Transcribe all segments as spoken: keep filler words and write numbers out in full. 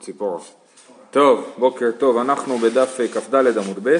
ציפורה. טוב, בוקר טוב, אנחנו בדף כ"ד עמוד ב'.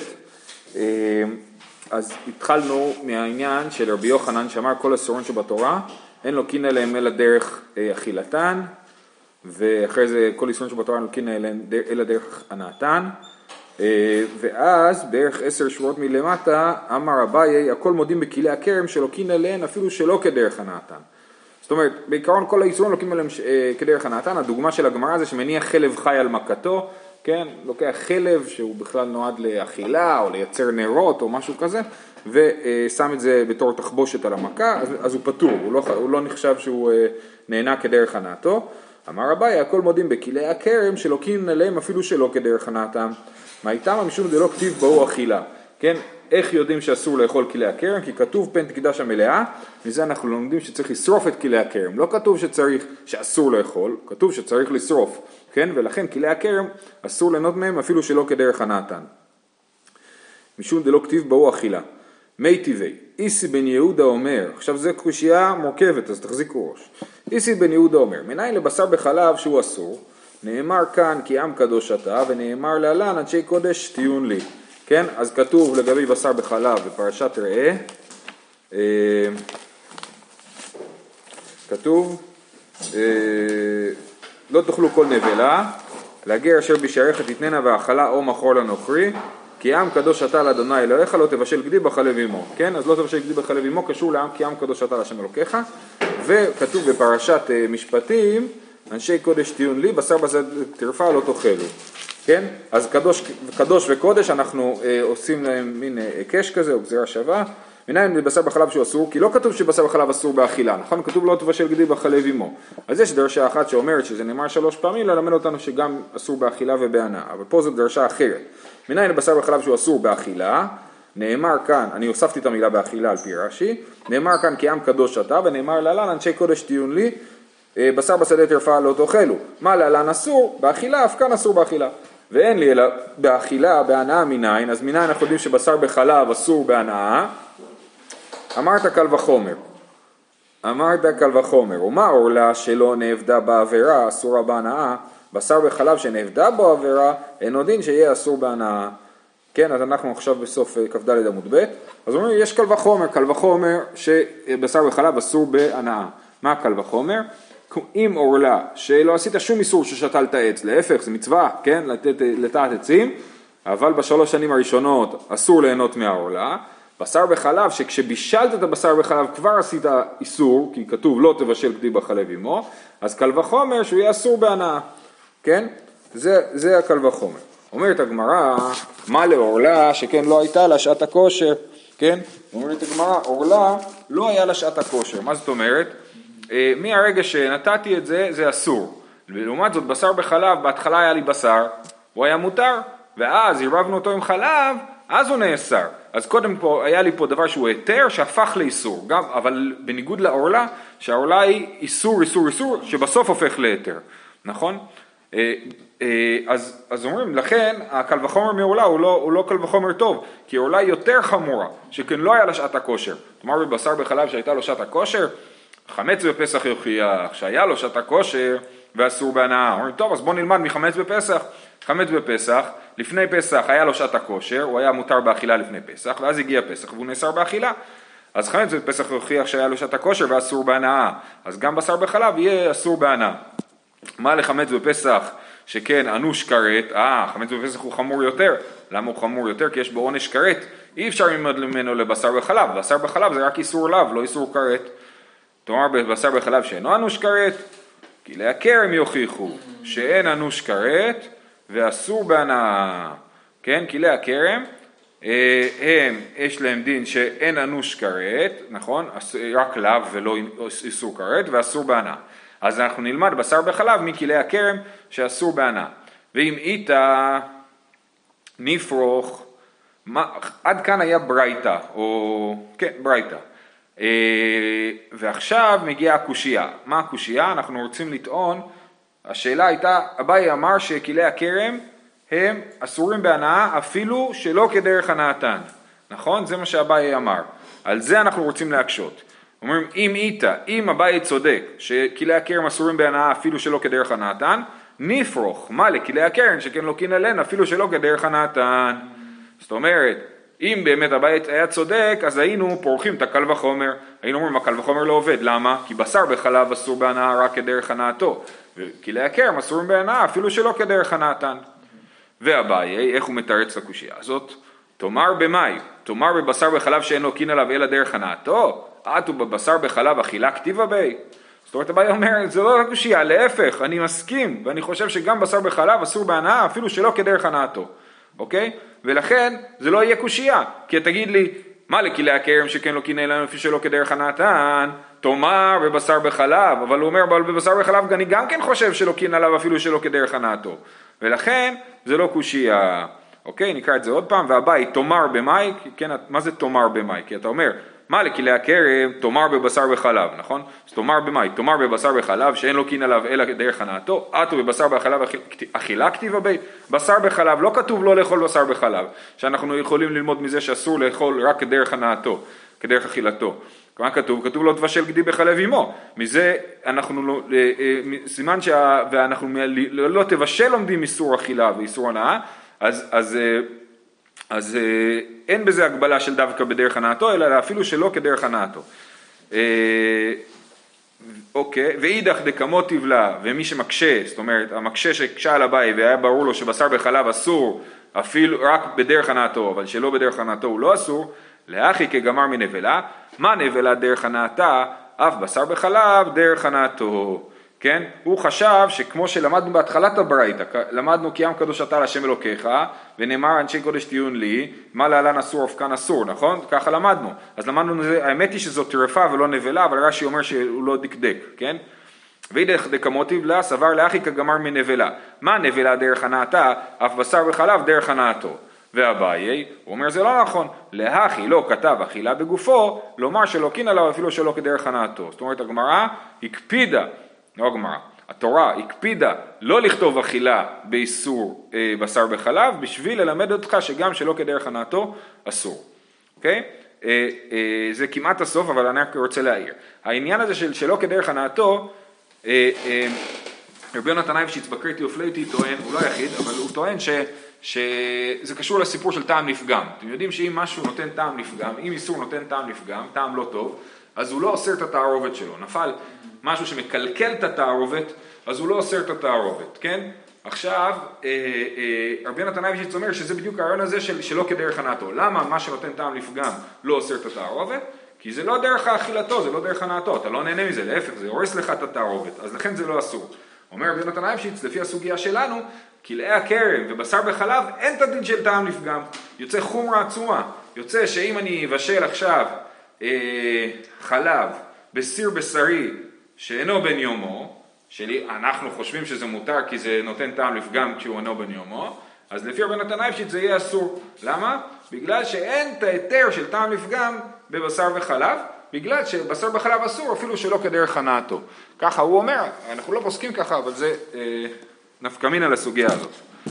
אז התחלנו מהעניין של רבי יוחנן שאמר כל אסורים שבתורה אין לוקין אליהם אלא דרך אכילתן, ואחרי זה כל אסורים שבתורה אין לוקין אליהם אלא דרך הנאתן. ואז בערך עשר שורות מלמטה אמר אביי הכל מודים בכלי הכרם שלוקין אליהן אפילו שלא כדרך הנאתן. זאת אומרת, בעיקרון כל האיסורים לוקחים עליהם כדרך הנאתן. הדוגמה של הגמרא זה שמניח חלב חי על מכתו, כן? לוקח חלב שהוא בכלל נועד לאכילה או לייצר נרות או משהו כזה, ושם את זה בתור תחבושת על המכה, אז, אז הוא פטור, הוא לא, הוא לא נחשב שהוא נהנה כדרך הנאתו. אמר אביי, הכל מודים בכלי הכרם שלוקחים עליהם אפילו שלא כדרך הנאתם. מה איתם? משום זה לא כתיב בו אכילה, כן? איך יודעים שאסור לאכול כלי הכרם? כי כתוב פן תקדש המלאה, מזה אנחנו לומדים שצריך לשרוף את כלי הכרם. לא כתוב שצריך, שאסור לאכול, כתוב שצריך לשרוף, כן? ולכן כלי הכרם אסור ליהנות מהם אפילו שלא כדרך הנאתן. משום דלא כתיב בו אכילה. מי טבעי, איסי בן יהודה אומר, עכשיו זה קושייה מורכבת, אז תחזיקו ראש. איסי בן יהודה אומר, מניין לבשר בחלב שהוא אסור, נאמר כאן כי עם קדוש אתה, ונאמר להלן אנשי קודש תהיון לי. כן, אז כתוב לגבי בשר בחלב בפרשת ראה, אה, כתוב, אה, לא תאכלו כל נבלה, לגר אשר בשעריך תתננה והאכלה או מחור לנוכרי, כי עם קדוש אתה לאדוני אלוהיך לא תבשל גדי בחלב עמו, כן, אז לא תבשל גדי בחלב עמו קשור לעם כי עם קדוש אתה להשם אלוקיך, וכתוב בפרשת אה, משפטים, אנשי קודש תהיון לי, בשר בשר טרפה לא תאכלו. כן? אז קדוש, קדוש וקודש אנחנו אה, עושים להם מין היקש אה, כזה או גזירה שווה. מניין בבשר בחלב שהוא אסור? כי לא כתוב שבשר בחלב אסור באכילה, נכון? כתוב לא תבשל גדי בחלב עמו. אז יש דרשה אחת שאומרת שזה נאמר שלוש פעמים, ללמד אותנו שגם אסור באכילה ובהנאה, אבל פה זו דרשה אחרת. מניין בבשר בחלב שהוא אסור באכילה, נאמר כאן, אני הוספתי את המילה באכילה על פי רש"י, נאמר כאן כי עם קדוש אתה, ונאמר להלן אנשי קודש תהיון לי, בשר בשדה טרפה לא תאכלו. מה להלן אסור? באכילה, אף כאן אסור באכילה. ואין לי אלא באכילה, בהנאה מניין, אז מניין אנחנו יודעים שבשר בחלב אסור בהנאה. אמרת קל וחומר. אמרת קל וחומר. ומה עורלה שלא נעבדה בעבירה אסורה בהנאה? בשר בחלב שנעבדה בו עבירה, אין עוד דין שיהיה אסור בהנאה. כן, אז אנחנו עכשיו בסוף כ"ד עמוד ב'. אז אומרים, יש קל וחומר, קל וחומר שבשר בחלב אסור בהנאה. מה קל וחומר? אם עורלה שלא עשית שום איסור ששתלת עץ, להפך זה מצווה, כן, לתת, לטעת עצים, אבל בשלוש שנים הראשונות אסור ליהנות מהעורלה. בשר בחלב שכשבישלת את הבשר בחלב כבר עשית איסור, כי כתוב לא תבשל גדי בחלב עמו, אז קל וחומר שהוא יהיה אסור בהנאה, כן, זה, זה הקל וחומר. אומרת הגמרא, מה לעורלה שכן לא הייתה לה שעת הכושר, כן, אומרת הגמרא, עורלה לא היה לה שעת הכושר, מה זאת אומרת? מהרגע שנתתי את זה, זה אסור. ולעומת זאת, בשר בחלב, בהתחלה היה לי בשר, הוא היה מותר, ואז עירבנו אותו עם חלב, אז הוא נאסר. אז קודם פה, היה לי פה דבר שהוא היתר, שהפך לאיסור. גם, אבל בניגוד לעורלה, שהעורלה היא איסור, איסור, איסור, שבסוף הופך ליתר. נכון? אז, אז אומרים, לכן, הקל וחומר מעורלה הוא לא, הוא לא קל וחומר טוב, כי עורלה היא יותר חמורה, שכן לא היה לה שעת הכושר. כלומר, בבשר בחלב שהייתה לו שעת הכושר, חמץ בפסח יוכיח שהיה לו שעת הכושר ואסור בהנאה. אומרים, טוב, אז בוא נלמד מחמץ בפסח. חמץ בפסח, לפני פסח היה לו שעת הכושר, הוא היה מותר באכילה לפני פסח, ואז הגיע פסח והוא נאסר באכילה. אז חמץ בפסח יוכיח שהיה לו שעת הכושר ואסור בהנאה. אז גם בשר בחלב יהיה אסור בהנאה. מה לחמץ בפסח שכן אנוש כרת? אה, חמץ בפסח הוא חמור יותר. למה הוא חמור יותר? כי יש בו עונש כרת. אי אפשר ללמוד ממנו לבשר בחלב. בשר בחלב זה רק איסור לאו, לא איסור כרת. תאמר בבשר בחלב שאינו אנוש כרת, כלי הכרם יוכיחו שאין אנוש כרת ואסור בהנאה. כן, כלי הכרם, הם, יש להם דין שאין אנוש כרת, נכון? רק לאו ולא איסור כרת ואסור בהנאה. אז אנחנו נלמד בשר בחלב מכלי הכרם שאסור בהנאה. ואם איתה נפרוך, מה, עד כאן היה ברייתא, או כן, ברייתא. ועכשיו מגיעה הקושייה. מה הקושייה? אנחנו רוצים לטעון, השאלה הייתה, אביי אמר שכלי הכרם הם אסורים בהנאה אפילו שלא כדרך הנאתן, נכון? זה מה שאביי אמר. על זה אנחנו רוצים להקשות. אומרים, אם איתה, אם אביי צודק שכלי הכרם אסורים בהנאה אפילו שלא כדרך הנאתן, נפרוך, מה לכלי הקרן שכן לא קינא לן אפילו שלא כדרך הנתן. זאת אומרת, אם באמת הבית היה צודק, אז היינו פורחים את הקל וחומר, היינו אומרים הקל וחומר לא עובד, למה? כי בשר בחלב אסור בהנאה רק כדרך הנאתו, וכלי הקרן אסורים בהנאה אפילו שלא כדרך הנתן. והבעיה, איך הוא מתרץ לקושיה הזאת? תאמר במאי, תאמר בבשר בחלב שאין לו קין עליו אלא דרך הנאתו, עטו בבשר בחלב אכילה כתיבה בי. זאת אומרת, הבעיה אומרת, זה לא לקושיה, להפך, אני מסכים, ואני חושב שגם בשר בחלב אסור בהנאה אפילו שלא כדרך הנאתו. אוקיי? ולכן זה לא יהיה קושיה, כי תגיד לי, מה לכלי הכרם שכן לא קינא לנו אפילו שלא כדרך הנתן, תאמר בבשר בחלב, אבל הוא אומר בבשר בחלב אני גם כן חושב שלא קינא עליו אפילו שלא כדרך הנאתו, ולכן זה לא קושיה. אוקיי, נקרא את זה עוד פעם, והבית תאמר במאי, כן, מה זה תאמר במאי? כי אתה אומר, מה לכלי הכרם, תאמר בבשר בחלב, נכון? אז תאמר במאי, תאמר בבשר בחלב שאין לו קין עליו אלא דרך הנאתו, עטו בבשר בחלב אכילה כתיבה בי, בשר בחלב, לא כתוב לא לאכול בשר בחלב, שאנחנו יכולים ללמוד מזה שאסור לאכול רק כדרך הנאתו, כדרך אכילתו. מה כתוב? כתוב לא תבשל גדי בחלב אמו, מזה אנחנו לא, סימן שה, ואנחנו לא תבשל לומדים איסור אכילה ואיסור הנאה, אז, אז, אז אין בזה הגבלה של דווקא בדרך הנאתו, אלא אפילו שלא כדרך הנאתו. אוקיי, ואידך דקמות תבלה, ומי שמקשה, זאת אומרת, המקשה שקשה על הבית, והיה ברור לו שבשר בחלב אסור, אפילו רק בדרך הנאתו, אבל שלא בדרך הנאתו הוא לא אסור, לאחי כגמר מנבלה, מה נבלה דרך הנאתה, אף בשר בחלב דרך הנאתו. כן? הוא חשב שכמו שלמדנו בהתחלת הברייתא, למדנו כי עם קדוש אתה להשם אלוקיך, ונאמר אנשי קודש תהיון לי, מה להלן אסור אף כאן אסור, נכון? ככה למדנו. אז למדנו, האמת היא שזאת טרפה ולא נבלה, אבל רש"י אומר שהוא לא דקדק, כן? ואידך דקמותיב לה, סבר לאחי כגמר מנבלה. מה נבלה דרך הנאתה, אף בשר וחלב דרך הנאתו. והבעיה, הוא אומר זה לא נכון, להכי לא כתב אכילה בגופו, לומר שלא קין עליו אפילו שלא כדרך הנאתו. זאת אומרת, הגמרא הקפידה, לא הגמרא, התורה הקפידה לא לכתוב אכילה באיסור אה, בשר בחלב, בשביל ללמד אותך שגם שלא כדרך הנאתו אסור. אוקיי? אה, אה, זה כמעט הסוף, אבל אני רק רוצה להעיר. העניין הזה של שלא כדרך הנאתו, אה, אה, רבי יונתן אייבשיץ בקריטי אופלייטי טוען, הוא לא היחיד, אבל הוא טוען ש... שזה קשור לסיפור של טעם לפגם. אתם יודעים שאם משהו נותן טעם לפגם, אם איסור נותן טעם לפגם, טעם לא טוב, אז הוא לא אוסר את התערובת שלו. נפל משהו שמקלקל את התערובת, אז הוא לא אוסר את התערובת, כן? עכשיו, אה, אה, רבי יונתן אייבשיץ אומר שזה בדיוק הרעיון הזה של, שלא כדרך הנאתו. למה מה שנותן טעם לפגם לא אוסר את התערובת? כי זה לא דרך האכילתו, זה לא דרך הנאתו, אתה לא נהנה מזה, להפך, זה הורס לך את התערובת, אז לכן זה לא אסור. אומר רבי יונתן אייבשיץ, לפי הסוגיה שלנו, כלאי הכרם ובשר בחלב אין את הדין של טעם לפגם, יוצא חומרה עצומה, יוצא שאם אני אבשל עכשיו אה, חלב בסיר בשרי שאינו בן יומו, שלי, אנחנו חושבים שזה מותר כי זה נותן טעם לפגם כשהוא אינו בן יומו, אז לפי רבי יונתן אייבשיץ זה יהיה אסור. למה? בגלל שאין את ההיתר של טעם לפגם בבשר וחלב, בגלל שבשר בחלב אסור אפילו שלא כדרך הנאתו. ככה הוא אומר, אנחנו לא פוסקים ככה, אבל זה אה, נפקא מינה לסוגיה הזאת.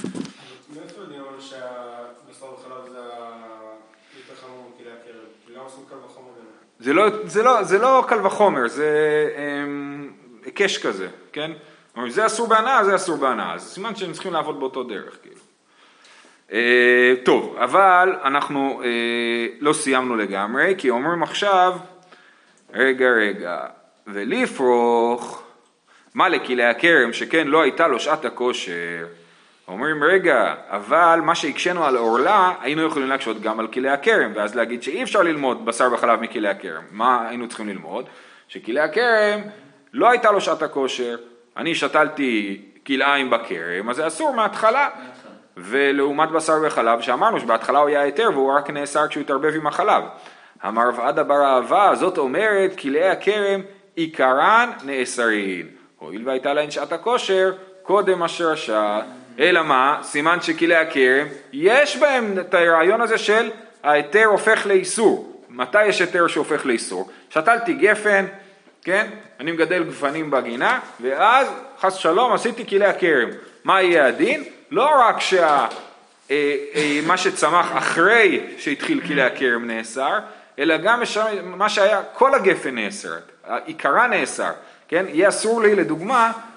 מאיפה יודעים אבל שהבשר בחלב זה יותר חמור מכלי הכרם? כי למה עושים קל וחומר גם? זה לא, זה לא, זה לא קל וחומר, זה היקש כזה, כן? אבל זה אסור בהנאה, זה אסור בהנאה. אז סימן שהם צריכים לעבוד באותו דרך, כאילו. אה, טוב, אבל אנחנו אה, לא סיימנו לגמרי, כי אומרים עכשיו, רגע, רגע, ולפרוך, מה לכלי הכרם שכן לא הייתה לו שעת הכושר. אומרים, רגע, אבל מה שהקשנו על עורלה, היינו יכולים להקשות גם על כלי הכרם, ואז להגיד שאי אפשר ללמוד בשר בחלב מכלי הכרם. מה היינו צריכים ללמוד? שכלי הכרם לא הייתה לו שעת הכושר, אני שתלתי כלאיים בכרם, אז זה אסור מההתחלה. ולעומת בשר בחלב, שאמרנו שבהתחלה הוא היה היתר, והוא רק נאסר כשהוא התערבב עם החלב. המרב עדה בר אהבה, זאת אומרת, כלאי הכרם עיקרן נאסרין. הואיל והייתה להן שעת הכושר, קודם אשר השעה. אלא מה? סימן שכלי הכרם, יש בהם את הרעיון הזה של ההיתר הופך לאיסור. מתי יש היתר שהופך לאיסור? שתלתי גפן, כן? אני מגדל גפנים בגינה, ואז חס שלום עשיתי כלי הכרם. מה יהיה הדין? לא רק שה, אה, אה, מה שצמח אחרי שהתחיל כלי הכרם נאסר, אלא גם מה שהיה, כל הגפן נאסר, עיקרה נאסר, כן? יהיה אסור לי לדוגמה,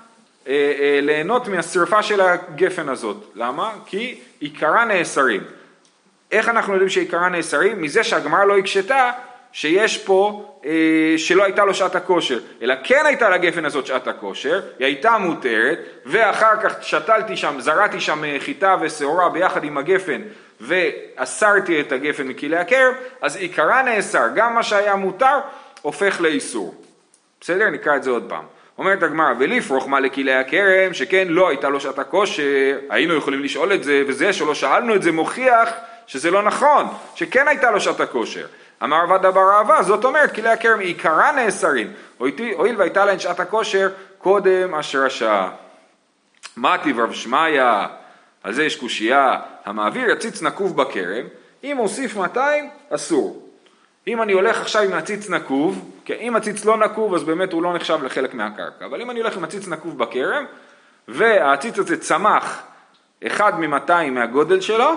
אה, אה, ליהנות מהשרפה של הגפן הזאת. למה? כי עיקרה נאסרים. איך אנחנו יודעים שעיקרה נאסרים? מזה שהגמרא לא הקשתה שיש פה, אה, שלא הייתה לו שעת הכושר, אלא כן הייתה לגפן הזאת שעת הכושר, היא הייתה מותרת, ואחר כך שתלתי שם, זרעתי שם חיטה ושעורה ביחד עם הגפן, ואסרתי את הגפן מכלי הכרם, אז עיקרה נאסר, גם מה שהיה מותר הופך לאיסור. בסדר? נקרא את זה עוד פעם. אומרת הגמרא, ולפרוך מה לכלי הכרם, שכן לא הייתה לו שעת הכושר, היינו יכולים לשאול את זה, וזה שלא שאלנו את זה מוכיח שזה לא נכון, שכן הייתה לו שעת הכושר. אמר עבד דבר אהבה, זאת אומרת, כלי הכרם עיקרה נאסרים, הואיל והייתה להן שעת הכושר קודם אשר השעה. מה תברב שמיה? על זה יש קושייה, המעביר הציץ נקוב בכרם, אם הוסיף מאתיים, אסור. אם אני הולך עכשיו עם הציץ נקוב, כי אם הציץ לא נקוב, אז באמת הוא לא נחשב לחלק מהקרקע, אבל אם אני הולך עם הציץ נקוב בכרם, והציץ הזה צמח אחד ממאתיים מהגודל שלו,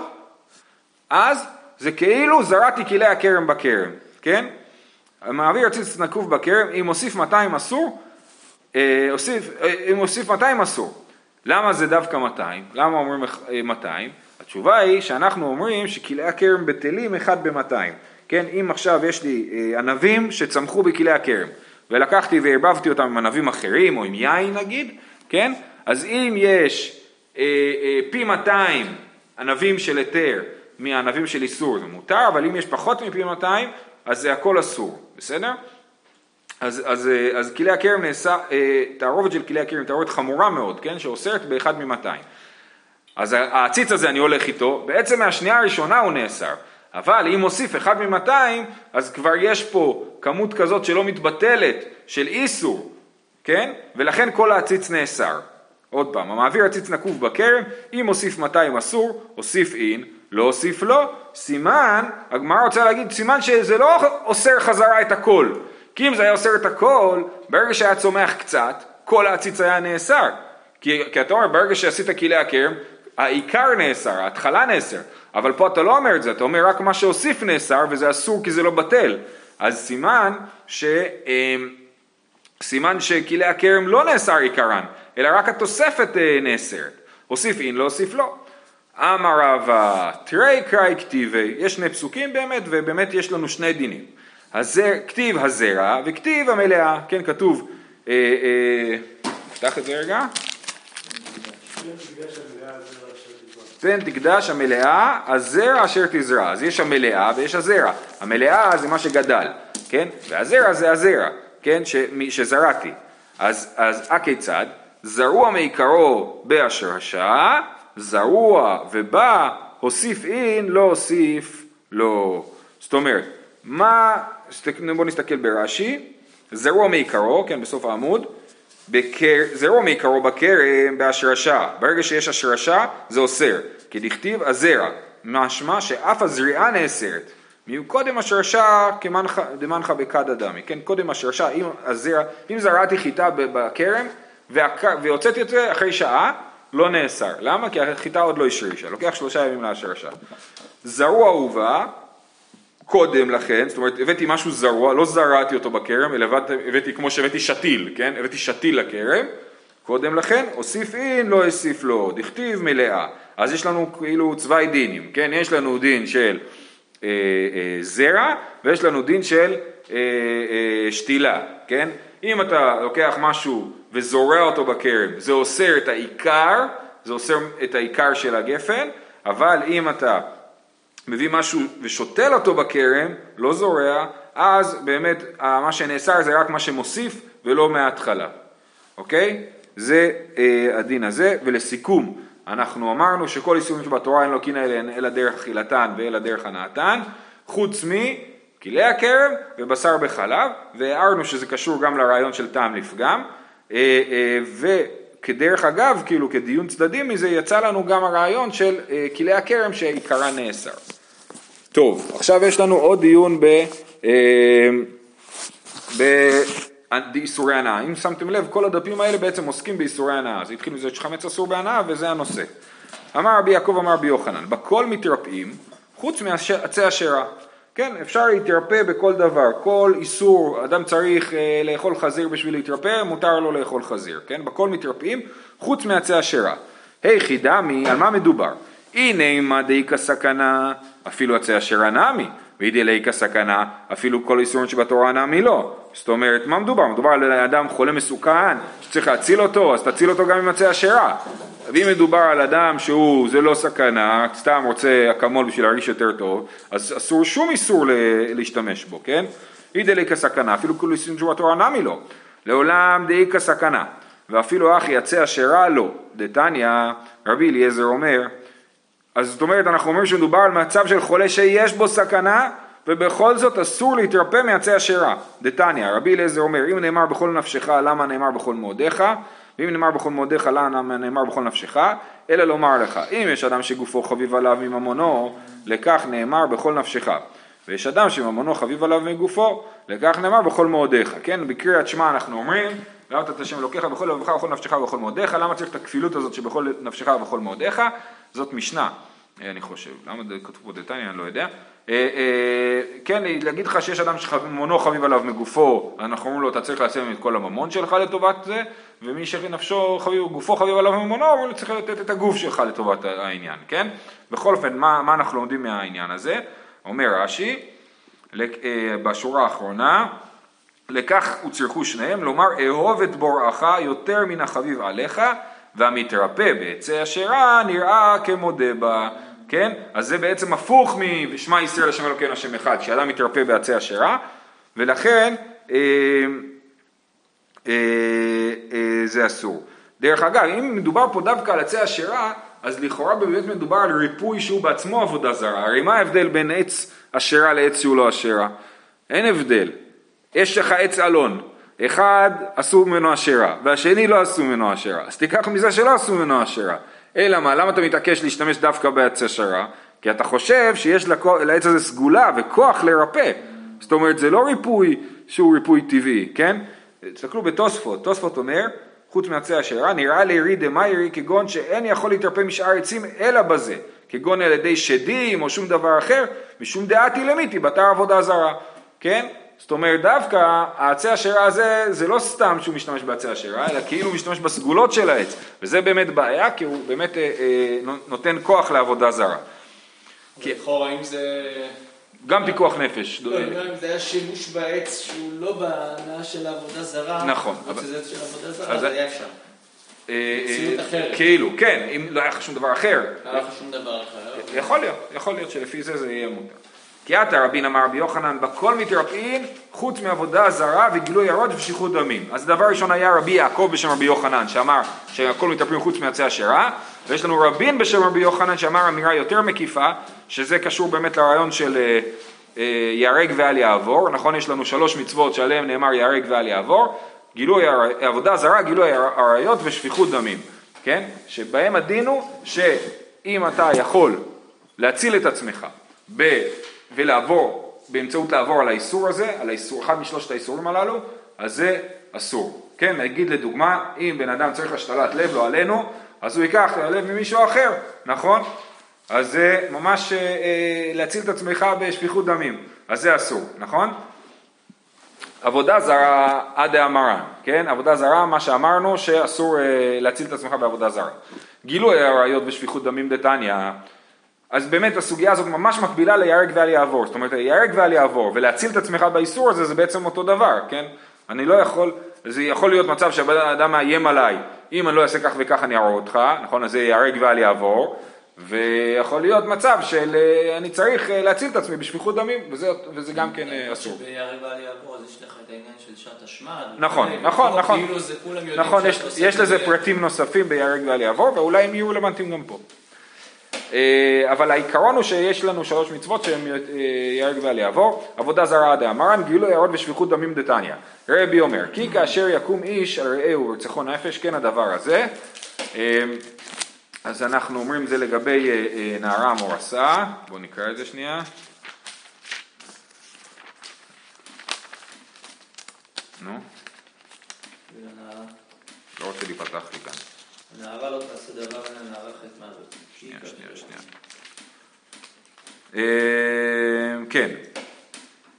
אז זה כאילו זרעתי כלי הכרם בכרם, כן? המעביר הציץ נקוב בכרם, אם הוסיף מאתיים אסור, אה, הוסיף, אה, אם הוסיף מאתיים אסור. למה זה דווקא מאתיים? למה אומרים מאתיים? התשובה היא שאנחנו אומרים שכלי הכרם בטלים אחד ב-מאתיים. כן, אם עכשיו יש לי אה, ענבים שצמחו בכלי הכרם, ולקחתי והרבבתי אותם עם ענבים אחרים, או עם יין נגיד, כן? אז אם יש אה, אה, פי מאתיים ענבים של היתר מהענבים של איסור, זה מותר, אבל אם יש פחות מפי מאתיים, אז זה הכל אסור, בסדר? אז, אז, אז כלי הכרם נעשה, תערובת של כלי הכרם, תערובת חמורה מאוד, כן? שאוסרת באחד ממאתיים. אז הציץ הזה אני הולך איתו, בעצם מהשנייה הראשונה הוא נאסר. אבל אם מוסיף אחד ממאתיים, אז כבר יש פה כמות כזאת שלא מתבטלת של איסור, כן? ולכן כל הציץ נאסר. עוד פעם, המעביר הציץ נקוב בכרם, אם מוסיף מאתיים אסור, הוסיף אין, לא הוסיף לא, סימן, הגמרא רוצה להגיד, סימן שזה לא אוסר חזרה את הכל. כי אם זה היה אוסר את הכל, ברגע שהיה צומח קצת, כל העציץ היה נאסר. כי, כי אתה אומר, ברגע שעשית כלי הכרם, העיקר נאסר, ההתחלה נאסר. אבל פה אתה לא אומר את זה, אתה אומר רק מה שהוסיף נאסר, וזה אסור כי זה לא בטל. אז סימן, ש, סימן שכלי הכרם לא נאסר עיקרן, אלא רק התוספת נאסרת. הוסיף אין, לא הוסיף לא. אמר רבא, תראי קראי כתיבי, יש שני פסוקים באמת, ובאמת יש לנו שני דינים. הזר, כתיב הזרע וכתיב המלאה, כן, כתוב, אה, אה, נפתח את זה רגע. תן תקדש המלאה, הזרע אשר תזרע. אז יש המלאה ויש הזרע. המלאה זה מה שגדל, כן? והזרע זה הזרע, כן? ש, שזרעתי. אז, אז הכיצד? זרוע מעיקרו באשר השעה, זרוע ובא, הוסיף אין, לא הוסיף, לא. זאת אומרת, מה, בוא נסתכל ברש"י, זרוע מעיקרו, כן, בסוף העמוד, בקר, זרוע מעיקרו בכרם בהשרשה, ברגע שיש השרשה זה אוסר, כי דכתיב הזרע, משמע שאף הזריעה נאסרת, קודם השרשה דמנחה בכד אדמי, כן, קודם השרשה, אם, הזרע, אם זרעתי חיטה בכרם והוצאתי את זה אחרי שעה, לא נאסר, למה? כי החיטה עוד לא השרישה, לוקח שלושה ימים להשרשה. זרוע ובא, קודם לכן, זאת אומרת, הבאתי משהו זרוע, לא זרעתי אותו בכרם, אלא הבאתי כמו שהבאתי שתיל, כן? הבאתי שתיל לכרם, קודם לכן, הוסיף אין, לא הוסיף לו, דכתיב מלאה. אז יש לנו כאילו צווי דינים, כן? יש לנו דין של אה, אה, זרע, ויש לנו דין של אה, אה, שתילה, כן? אם אתה לוקח משהו וזורע אותו בכרם, זה אוסר את העיקר, זה אוסר את העיקר של הגפן, אבל אם אתה מביא משהו ושותל אותו בכרם, לא זורע, אז באמת מה שנאסר זה רק מה שמוסיף ולא מההתחלה. אוקיי? זה אה, הדין הזה, ולסיכום, אנחנו אמרנו שכל איסורים שבתורה אין לו קינא אליהן אלא דרך אכילתן ואלא דרך הנאתן, חוץ מכלי הכרם ובשר בחלב, והערנו שזה קשור גם לרעיון של טעם לפגם, אה, אה, וכדרך אגב, כאילו כדיון צדדים מזה, יצא לנו גם הרעיון של אה, כלי הכרם שעיקרה נאסר. טוב, עכשיו יש לנו עוד דיון ב, אה, באיסורי הנאה. אם שמתם לב, כל הדפים האלה בעצם עוסקים באיסורי הנאה. זה התחיל מזה שחמץ אסור בהנאה, וזה הנושא. אמר רבי יעקב, אמר רבי יוחנן, בכל מתרפאים, חוץ מעצי השרה. כן, אפשר להתרפא בכל דבר, כל איסור, אדם צריך אה, לאכול חזיר בשביל להתרפא, מותר לו לאכול חזיר, כן? בכל מתרפאים, חוץ מעצי השרה. היי חידמי, על מה מדובר? הנה מה דאיקה סכנה, אפילו עצי השרה נמי, וידי לאיקה סכנה, אפילו כל איסורים שבתורה נמי לא. זאת אומרת, מה מדובר? מדובר על אדם חולה מסוכן, שצריך להציל אותו, אז תציל אותו גם עם עצי השרה. ואם מדובר על אדם שהוא, זה לא סכנה, סתם רוצה אקמול בשביל להרגיש יותר טוב, אז אסור שום איסור להשתמש בו, כן? וידי לאיקה סכנה, אפילו כל איסורים שבתורה נמי לא. לעולם דאיקה סכנה. ואפילו אחי עצי השרה לא. דתניא, רבי אליעזר אומר, אז זאת אומרת, אנחנו אומרים שמדובר על מצב של חולה שיש בו סכנה, ובכל זאת אסור להתרפא מעצי השרה. דתניא, רבי אליעזר אומר, אם נאמר בכל נפשך, למה נאמר בכל מאודיך? ואם נאמר בכל מאודיך, למה נאמר בכל נפשך? אלא לומר לך, אם יש אדם שגופו חביב עליו מממונו, לכך נאמר בכל נפשך. ויש אדם שממונו חביב עליו מגופו, לכך נאמר בכל מאודיך. כן, בקריאת שמע אנחנו אומרים, ואהבת את השם אלוקיך בכל לבבך ובכל נפשך ובכל מאודיך. למה צריך את הכפילות הזאת שבכל נפשך ובכל מאודיך? זאת משנה, אני חושב. למה כתוב פה דתניא, אני לא יודע. כן, להגיד לך שיש אדם שממונו חביב עליו מגופו, אנחנו אומרים לו, אתה צריך לשים את כל הממון שלך לטובת זה, ומי שנפשו חביב, גופו חביב עליו ממונו, הוא צריך לתת את הגוף שלך לטובת העניין, כן? בכל אופן, מה, מה אנחנו לומדים מהעניין הזה? אומר רש"י, בשורה האחרונה, לכך הוצרכו שניהם, לומר, אהוב את בוראך יותר מן החביב עליך, והמתרפא בעצי השרה נראה כמודה בה, כן? אז זה בעצם הפוך משמע ישראל השם אלוקינו השם אחד, שאדם מתרפא בעצי השרה, ולכן אה, אה, אה, זה אסור. דרך אגב, אם מדובר פה דווקא על עצי השרה, אז לכאורה באמת מדובר על ריפוי שהוא בעצמו עבודה זרה. הרי מה ההבדל בין עץ השרה לעץ שהוא לא השרה? אין הבדל. יש לך עץ אלון, אחד עשו ממנו השרה, והשני לא עשו ממנו השרה. אז תיקח מזה שלא עשו ממנו השרה. אלא מה, למה אתה מתעקש להשתמש דווקא בעץ השרה? כי אתה חושב שיש לעץ הזה סגולה וכוח לרפא. זאת אומרת, זה לא ריפוי שהוא ריפוי טבעי, כן? תסתכלו בתוספות, תוספות אומר, חוץ מעצי השרה, נראה לירי דמיירי כגון שאין יכול להתרפא משאר עצים אלא בזה, כגון על ידי שדים או שום דבר אחר, משום דעתי למיתי, בתר עבודה זרה, כן? זאת אומרת, דווקא העצי השרה הזה, זה לא סתם שהוא משתמש בעצי השרה, אלא כאילו הוא משתמש בסגולות של העץ, וזה באמת בעיה, כי הוא באמת אה, אה, נותן כוח לעבודה זרה. לכאורה, אם זה... גם פיקוח נפש. לא, אם זה היה שימוש בעץ שהוא לא בהנאה של העבודה זרה, נכון. זה עץ של העבודה זרה, זה היה אפשר. ציאות אחרת. כאילו, כן, אם לא היה לך שום דבר אחר. לא היה לך שום דבר אחר. יכול להיות, יכול להיות שלפי זה זה יהיה מותר. כי עתה רבין אמר רבי יוחנן, בכל מתרפאים חוץ מעבודה זרה וגילוי עריות ושפיכות דמים. אז דבר ראשון היה רבי יעקב בשם רבי יוחנן, שאמר שהכל מתרפאים חוץ מעצי השרה, ויש לנו רבין בשם רבי יוחנן שאמר אמירה יותר מקיפה, שזה קשור באמת לרעיון של אה, אה, יהרג ואל יעבור. נכון, יש לנו שלוש מצוות שעליהם נאמר יהרג ואל יעבור, גילוי עבודה זרה, גילוי עריות ושפיכות דמים, כן? שבהם הדין הוא שאם אתה יכול להציל את עצמך ב... ולעבור, באמצעות לעבור על האיסור הזה, על האיסור, אחד משלושת האיסורים הללו, אז זה אסור. כן, נגיד לדוגמה, אם בן אדם צריך השתלת לב, לא עלינו, אז הוא ייקח לב ממישהו אחר, נכון? אז זה ממש אה, להציל את עצמך בשפיכות דמים, אז זה אסור, נכון? עבודה זרה עד האמרן, כן? עבודה זרה, מה שאמרנו, שאסור אה, להציל את עצמך בעבודה זרה. גילוי עריות בשפיכות דמים דתניא, אז באמת הסוגיה הזאת ממש מקבילה ליהרג ואל יעבור, זאת אומרת, יהרג ואל יעבור, ולהציל את עצמך באיסור הזה, זה בעצם אותו דבר, כן? אני לא יכול, זה יכול להיות מצב שהאדם מאיים עליי, אם אני לא אעשה כך וכך אני אראה אותך, נכון? אז זה יהרג ואל יעבור, ויכול להיות מצב של אני צריך להציל את עצמי בשפיכות דמים, וזה, וזה גם כן אסור. ביהרג ואל יעבור, אז יש לך את העניין של שעת השמד. נכון, נכון, נכון. נכון, יש לזה פרטים נוספים ביהרג ואל יעבור, ואולי הם יהיו רלוונטיים גם פה. אבל העיקרון הוא שיש לנו שלוש מצוות שהם יהרג ואל יעבור. עבודה זרה דאמרן, גילוי עריות ושפיכות דמים דתניא. רבי אומר, כי כאשר יקום איש על רעהו ורצחו נפש, כן הדבר הזה. אז אנחנו אומרים זה לגבי נערה מורסה. בואו נקרא את זה שנייה. נו. לא רוצה להיפתח לי כאן. הנערה לא תעשה דבר מן הנערה חטא מוות. שנייה, שנייה, שנייה. כן,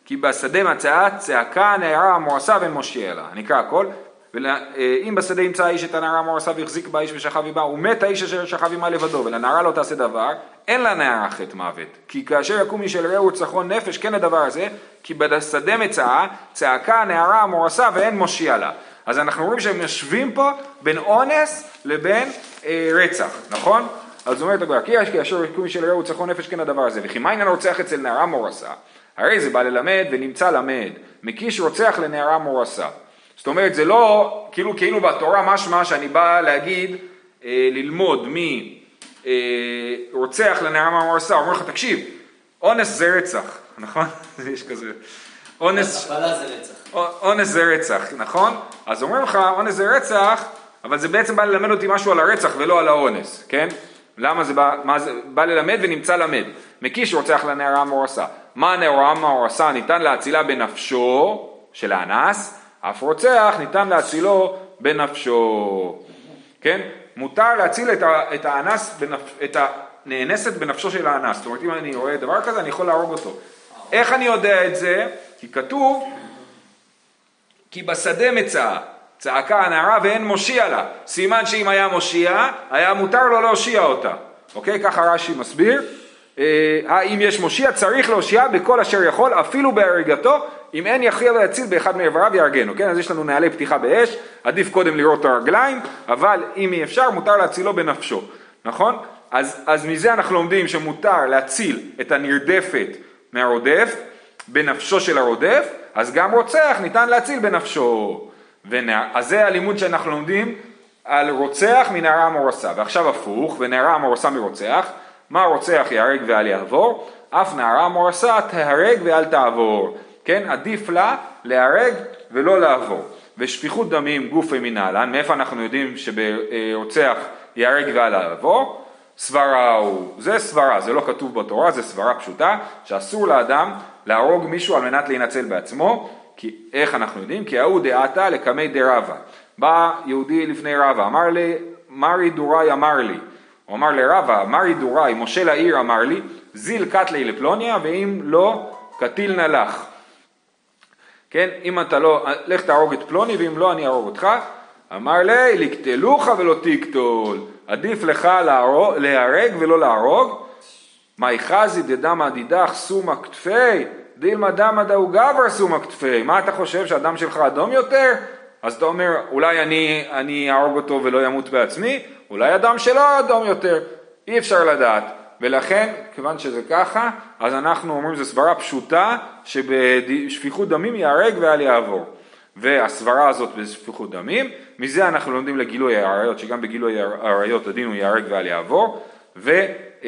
כי בשדה מצאה צעקה נערה המורסה ואין מושיע לה. נקרא הכל. אם בשדה ימצא האיש את הנערה המורסה והחזיק בה איש ושכב עמה, ומת האיש אשר שכב עמה לבדו, ולנערה לא תעשה דבר, אין לנערה חטא מוות. כי כאשר יקום איש אל רעהו ורצחו נפש, כן הדבר הזה, כי בשדה מצאה צעקה הנערה המורסה ואין מושיע לה. אז אנחנו רואים שהם יושבים פה בין אונס לבין אה, רצח, נכון? אז זאת אומרת הגמרא, כי כאשר יקום איש אל רעהו ורצחו נפש, כן הדבר הזה, וכי מה עניין רוצח אצל נערה מורסה? הרי זה בא ללמד ונמצא למד, מקיש רוצח לנערה מורסה. זאת אומרת, זה לא, כאילו, כאילו בתורה משמע שאני בא להגיד, אה, ללמוד מי אה, רוצח לנערה מורסה, אומר לך, תקשיב, אונס זה רצח, נכון? יש כזה, אונס, הפלה זה רצח. אונס זה רצח, נכון? אז אומרים לך, אונס זה רצח, אבל זה בעצם בא ללמד אותי משהו על הרצח ולא על האונס, כן? למה זה בא, מה זה, בא ללמד ונמצא למד. מקיש רוצח לנערה מורסה. מה הנערה מורסה? ניתן להצילה בנפשו של האנס, אף רוצח ניתן להצילו בנפשו, כן? מותר להציל את, ה, את האנס, בנפ, את הנאנסת בנפשו של האנס. זאת אומרת, אם אני רואה דבר כזה, אני יכול להרוג אותו. איך אני יודע את זה? כי כתוב, כי בשדה מצאה, צעקה הנערה ואין מושיע לה. סימן שאם היה מושיע, היה מותר לו להושיע אותה. אוקיי? ככה רש"י מסביר. האם יש מושיע, צריך להושיע בכל אשר יכול, אפילו בהריגתו, אם אין יכריע להציל באחד מאיבריו יהרגנו, כן? אז יש לנו נהלי פתיחה באש, עדיף קודם לראות את הרגליים, אבל אם אי אפשר, מותר להצילו בנפשו, נכון? אז, אז מזה אנחנו לומדים שמותר להציל את הנרדפת מהרודף, בנפשו של הרודף, אז גם רוצח ניתן להציל בנפשו. ונע... אז זה הלימוד שאנחנו לומדים על רוצח מנערה המורסה, ועכשיו הפוך, ונערה המורסה מרוצח, מה רוצח יהרג ואל יעבור, אף נערה המורסה תהרג ואל תעבור. כן, עדיף לה להרג ולא לעבור. ושפיכות דמים גוף מנהלן, מאיפה אנחנו יודעים שברוצח יהרג ואל לעבור? סברה הוא, זה סברה, זה לא כתוב בתורה, זה סברה פשוטה, שאסור לאדם להרוג מישהו על מנת להינצל בעצמו, כי איך אנחנו יודעים? כי ההוא דעתה לקמי דרבה. בא יהודי לפני רבה, אמר לי, מרי דורי אמר לי, הוא אמר לרבה, מרי דורי, משה לעיר אמר לי, זיל קטלי לפלוניה, ואם לא, קטיל נלך. כן, אם אתה לא, לך תהרוג את פלוני, ואם לא, אני אהרוג אותך. אמר לי, לקטלוך ולא תקטול. עדיף לך להרוג, להרג ולא להרוג. מה יחזי דדם עדידך סומה כתפי, דילמה דמה דאו גבר סומה כתפי. מה אתה חושב, שהדם שלך אדום יותר? אז אתה אומר, אולי אני, אני אהרוג אותו ולא ימות בעצמי, אולי הדם שלו אדום יותר. אי אפשר לדעת. ולכן, כיוון שזה ככה, אז אנחנו אומרים זו סברה פשוטה, שבשפיכות דמים יהרג ואל יעבור. והסברה הזאת בשפיכות דמים, מזה אנחנו לומדים לגילוי העריות, שגם בגילוי העריות הדין הוא יהרג ואל יעבור, ו,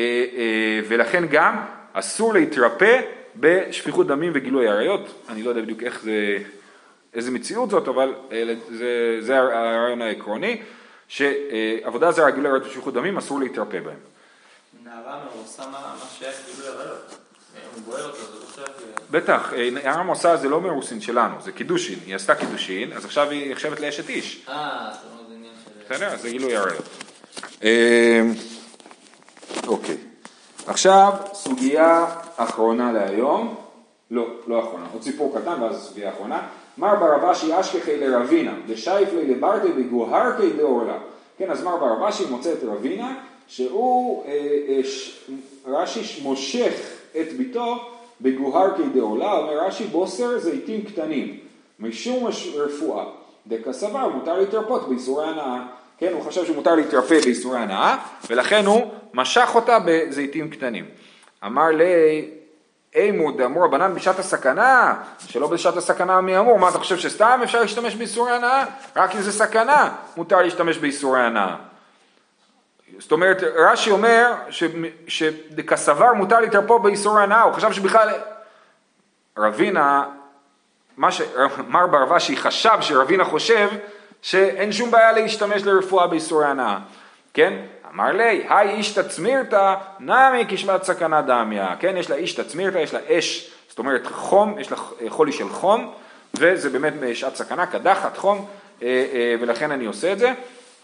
ולכן גם אסור להתרפא בשפיכות דמים וגילוי העריות. אני לא יודע בדיוק איך זה, איזה מציאות זאת, אבל זה, זה הרעיון העקרוני, שעבודה זרה, גילוי העריות ושפיכות דמים, אסור להתרפא בהם. נערה מורסה מה שייך גילוי עריות? הוא בוער אותו, זה לא שייך... בטח, נערה מורסה זה לא מרוסין שלנו, זה קידושין, היא עשתה קידושין, אז עכשיו היא נחשבת לאשת איש. אה, זאת אומרת, זה עניין של... בסדר, זה גילוי עריות. אוקיי, עכשיו סוגיה אחרונה להיום, לא, לא אחרונה, עוד סיפור קטן ואז סוגיה אחרונה. מר ברבשי אשכחי לרבינה, לשייפלי לברטי בגוהרקי דאורלה. כן, אז מר ברבשי מוצא את רבינה, שהוא, אה, אה, ש, רש"י מושך את ביתו בגוהרקי דאורלה, אומר רש"י בוסר זיתים קטנים, משום רפואה, דקסבר מותר להתרפות באיסורי הנאה. כן, הוא חשב שמותר להתרפא באיסורי הנאה, ולכן הוא משך אותה בזיתים קטנים. אמר לי, אימו דאמור הבנן בשעת הסכנה, שלא בשעת הסכנה מי אמור, מה אתה חושב שסתם אפשר להשתמש באיסורי הנאה? רק אם זה סכנה, מותר להשתמש באיסורי הנאה. זאת אומרת, רש"י אומר שכסבר מותר להתרפוא באיסורי הנאה, הוא חשב שבכלל רבינה, מה ש... מר ברבשי חשב שרבינה חושב שאין שום בעיה להשתמש לרפואה באיסורי הנאה, כן? אמר לי, היי איש תצמירתא, נמי כשמת סכנה דמיה, כן? יש לה איש תצמירתא, יש לה אש, זאת אומרת חום, יש לה חולי של חום, וזה באמת שעת סכנה, קדחת חום, ולכן אני עושה את זה.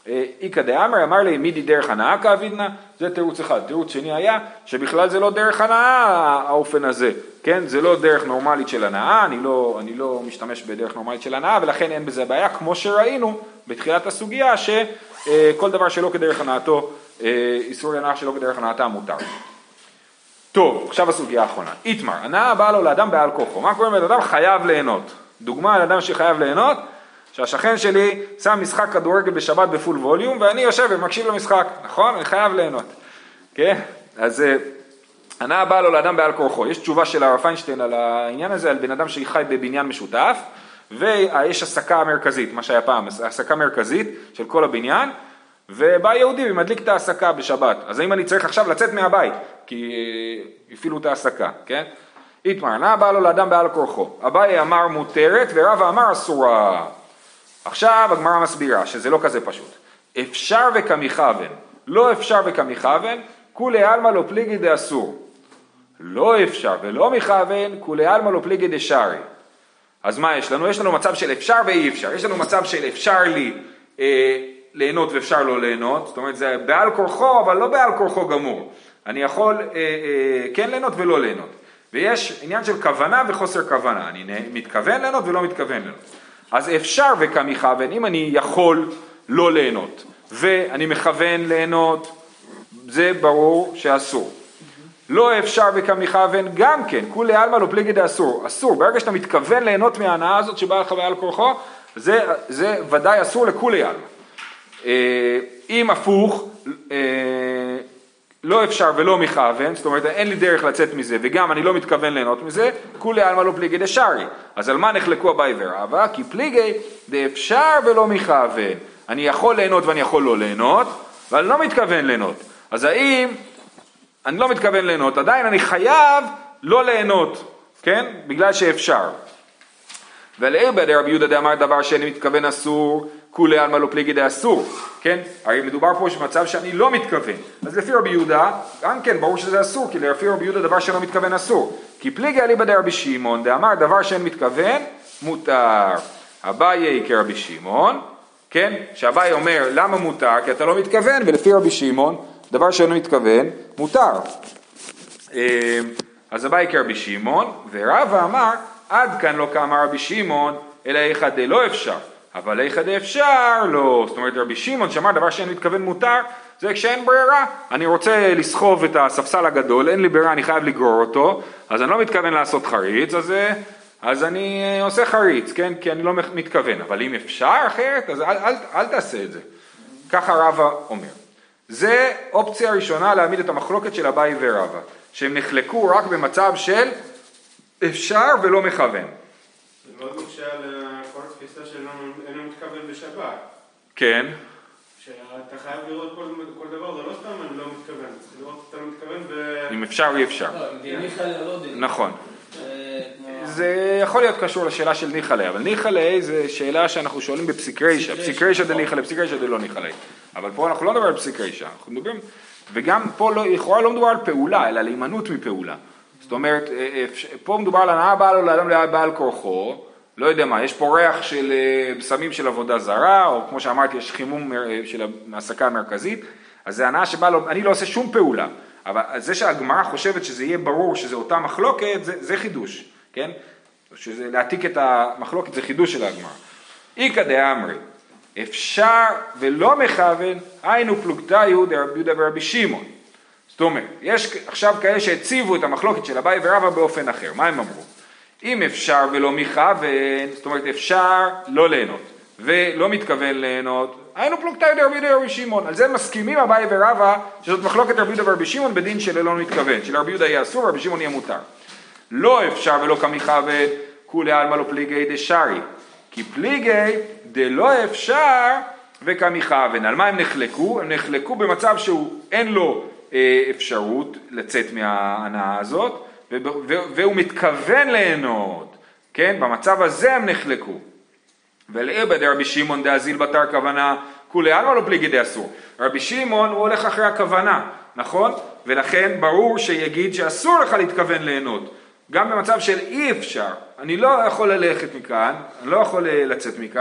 איקא דאמרי אמר לי מידי דרך הנאה כאבידנא, זה תירוץ אחד. תירוץ שני היה שבכלל זה לא דרך הנאה האופן הזה, כן? זה לא דרך נורמלית של הנאה, אני לא, אני לא משתמש בדרך נורמלית של הנאה, ולכן אין בזה בעיה, כמו שראינו בתחילת הסוגיה, שכל דבר שלא כדרך הנאתו, איסור הנאה שלא כדרך הנאתה מותר. טוב, עכשיו הסוגיה האחרונה. איתמר, הנאה באה לו לאדם בעל כוחו. מה קורה לאדם? חייב ליהנות. דוגמה על אדם שחייב ליהנות, שהשכן שלי שם משחק כדורגל בשבת בפול ווליום, ואני יושב ומקשיב למשחק, נכון? אני חייב ליהנות. כן? אז הנאה באה לו לאדם בעל כוחו. יש תשובה של הרב פיינשטיין על העניין הזה, על בן אדם שחי בבניין משותף, ויש עסקה מרכזית, מה שהיה פעם, עסקה מרכזית של כל הבניין, ובא יהודי ומדליק את העסקה בשבת. אז האם אני צריך עכשיו לצאת מהבית? כי הפעילו את העסקה, כן? איתמר, הנאה באה לו לאדם בעל כורחו. אביי אמר מותרת ורבא אמר אסורה. עכשיו הגמרא מסבירה שזה לא כזה פשוט. אפשר וכמכוון, לא אפשר וכמכוון, כולי עלמא לא פליגי דאסור. לא אפשר ולא מכוון, כולי עלמא לא פליגי דשארי. אז מה יש לנו? יש לנו מצב של אפשר ואי אפשר. יש לנו מצב של אפשר לי אה, ליהנות ואפשר לא ליהנות. זאת אומרת, זה בעל כורחו, אבל לא בעל כורחו גמור. אני יכול אה, אה, כן ליהנות ולא ליהנות. ויש עניין של כוונה וחוסר כוונה. אני מתכוון ליהנות ולא מתכוון ליהנות. אז אפשר וכמכוון, אם אני יכול לא ליהנות, ואני מכוון ליהנות, זה ברור שאסור. לא אפשר וכמכוון גם כן, כולי עלמא לא פליגי דאסור. אסור, ברגע שאתה מתכוון ליהנות מההנאה הזאת שבאה לך בעל כורחו, זה, זה ודאי אסור לכולי עלמא. אם הפוך, לא אפשר ולא מכוון, זאת אומרת אין לי דרך לצאת מזה וגם אני לא מתכוון ליהנות מזה, כולי עלמא לא פליגי דשארי. אז על מה נחלקו אביי ורבא? כי פליגי דאפשר ולא מכוון. אני יכול ליהנות ואני יכול לא ליהנות, אבל אני לא מתכוון ליהנות. אז האם אני לא מתכוון ליהנות, עדיין אני חייב לא ליהנות, כן? בגלל שאפשר. ולעיר בידי רבי יהודה דאמר דבר שאני מתכוון אסור, כולי עלמא לא פליגי דאסור, כן? הרי מדובר פה במצב שאני לא מתכוון. אז לפי רבי יהודה, גם כן ברור שזה אסור, כי לפי רבי יהודה דבר שלא מתכוון אסור. כי פליגי עלי בידי רבי שמעון דאמר דבר שאני מתכוון מותר. אביי כרבי שמעון, כן? שאביי אומר למה מותר? כי אתה לא מתכוון, ולפי רבי שמעון דבר שאינו מתכוון מותר. אז אביי כרבי שמעון, ורבא אמר עד כאן לא כאמר רבי שמעון, אלא איכא דלא אפשר, אבל איכא דאפשר לא. זאת אומרת רבי שמעון שאמר דבר שאינו מתכוון מותר, זה כשאין ברירה, אני רוצה לסחוב את הספסל הגדול, אין לי ברירה, אני חייב לגרור אותו, אז אני לא מתכוון לעשות חריץ, אז, אז אני עושה חריץ, כן? כי אני לא מתכוון, אבל אם אפשר אחרת, אז אל, אל, אל תעשה את זה. ככה רבא אומר. זה אופציה ראשונה להעמיד את המחלוקת של אביי ורבא, שהם נחלקו רק במצב של אפשר ולא מכוון. זה מאוד מקשה על כל התפיסה שאינו מתכוון בשבת. כן. שאתה חייב לראות כל, כל דבר, זה לא סתם אני לא מתכוון, צריך לראות אתה לא מתכוון ו... אם אפשר או אפשר. נכון. זה יכול להיות קשור לשאלה של ניחלה, אבל ניחלה זה שאלה שאנחנו שואלים בפסיקריישה, פסיקריישה דניחלה, פסיקריישה דלא ניחלה. אבל פה אנחנו לא מדבר על פסיקריישה, אנחנו מדברים, וגם פה לא, לכאורה לא מדובר על פעולה, אלא על הימנעות מפעולה. זאת אומרת, פה מדובר על הנאה באה לו לאדם בעל כורחו, לא יודע מה, יש פה ריח של סמים של עבודה זרה, או כמו שאמרתי, יש חימום של ההעסקה המרכזית, אז זה הנאה שבאה לו, אני לא עושה שום פעולה, אבל זה שהגמרא חושבת שזה יהיה ברור שזה אותה מחלוקת, זה, זה חידוש, כן? שזה להעתיק את המחלוקת, זה חידוש של הגמרא. איקא דאמרי, אפשר ולא מכוון, היינו פלוגתיו דרבי יהודה ורבי שמעון. זאת אומרת, יש עכשיו כאלה שהציבו את המחלוקת של אביי ורבא באופן אחר. מה הם אמרו? אם אפשר ולא מכוון, זאת אומרת אפשר לא ליהנות, ולא מתכוון ליהנות, היינו פלוגתיו דרבי יהודה ורבי שמעון. על זה מסכימים אביי ורבא, שזאת מחלוקת רבי יהודה ורבי שמעון בדין של לא מתכוון, של רבי יהודה יהיה אסור, רבי שמעון יהיה מותר. לא אפשר ולא כמכוון, כולי עלמא לא פליגי דשארי, כי פליגי דלא אפשר וכמכוון. על מה הם נחלקו? הם נחלקו במצב שהוא אין לו אפשרות לצאת מההנאה הזאת, והוא מתכוון ליהנות, כן? במצב הזה הם נחלקו. ולעיר בידי רבי שמעון דאזיל בתר כוונה, כולי עלמא לא פליגי דאסור. רבי שמעון הוא הולך אחרי הכוונה, נכון? ולכן ברור שיגיד שאסור לך להתכוון ליהנות. גם במצב של אי אפשר, אני לא יכול ללכת מכאן, אני לא יכול לצאת מכאן,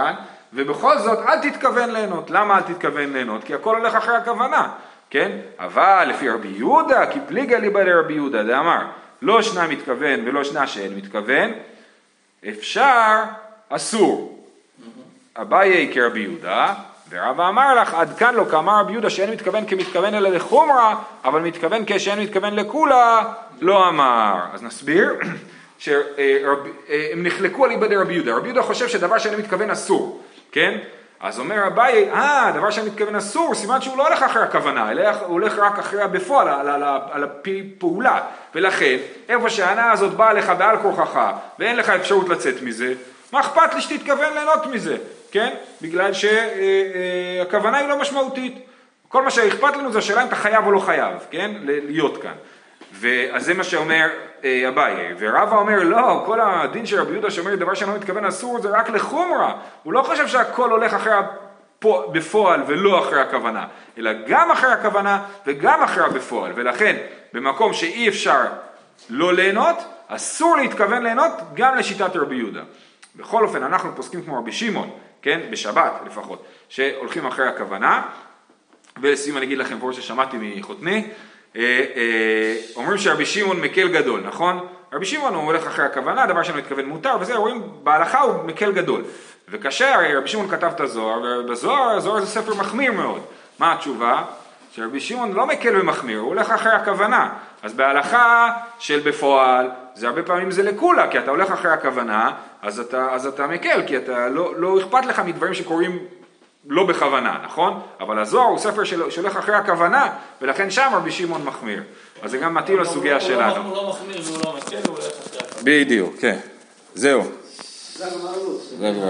ובכל זאת אל תתכוון ליהנות. למה אל תתכוון ליהנות? כי הכל הולך אחרי הכוונה, כן? אבל לפי רבי יהודה, כי פליגה ליבא לרבי יהודה, זה אמר, לא שנה מתכוון ולא שנה שאין מתכוון, אפשר, אסור. אביי כרבי יהודה, ורבא אמר לך, עד כאן לא כאמר רבי יהודה שאין מתכוון כמתכוון אלא לחומרה, אבל מתכוון כשאין מתכוון לכולה, לא אמר. אז נסביר שהם נחלקו על ליבא דרבי יהודה. רבי יהודה חושב שדבר שאין מתכוון אסור, כן? אז אומר אביי, אה, דבר שאין מתכוון אסור, סימן שהוא לא הולך אחרי הכוונה, אלא הוא הולך רק אחרי בפועל, על, על, על, על הפעולה. ולכן, איפה שההנאה הזאת באה לך בעל כורחך, ואין לך אפשרות לצאת מזה, מה אכפת לי שתתכוון ליהנות מזה, כן? בגלל שהכוונה היא לא משמעותית. כל מה שאכפת לנו זה השאלה אם אתה חייב או לא חייב, כן? להיות כאן. ואז זה מה שאומר אביי. ורבא אומר, לא, כל הדין של רבי יהודה שאומר דבר שאינו מתכוון אסור זה רק לחומרה. הוא לא חושב שהכל הולך אחרי בפועל ולא אחרי הכוונה, אלא גם אחרי הכוונה וגם אחרי בפועל. ולכן, במקום שאי אפשר לא ליהנות, אסור להתכוון ליהנות גם לשיטת רבי יהודה. בכל אופן, אנחנו פוסקים כמו רבי שמעון, כן? בשבת לפחות, שהולכים אחרי הכוונה. ולסיום אני אגיד לכם פה ששמעתי מחותני, אומרים שרבי שמעון מקל גדול, נכון? רבי שמעון הוא הולך אחרי הכוונה, דבר שלא מתכוון מותר, וזה רואים בהלכה הוא מקל גדול. וקשה, הרי רבי שמעון כתב את הזוהר, ובזוהר, הזוהר זה ספר מחמיר מאוד. מה התשובה? שרבי שמעון לא מקל ומחמיר, הוא הולך אחרי הכוונה. אז בהלכה של בפועל, זה הרבה פעמים זה לכולה, כי אתה הולך אחרי הכוונה, אז אתה, אז אתה מקל, כי אתה לא, לא אכפת לך מדברים שקורים לא בכוונה, נכון? אבל הזוהר הוא ספר שהולך אחרי הכוונה, ולכן שם רבי שמעון מחמיר. אז זה גם מתאים לסוגיה שלנו. הוא לא מחמיר והוא לא מקל, הוא הולך אחרי הכוונה. בדיוק, כן. זהו. זה הגמרא.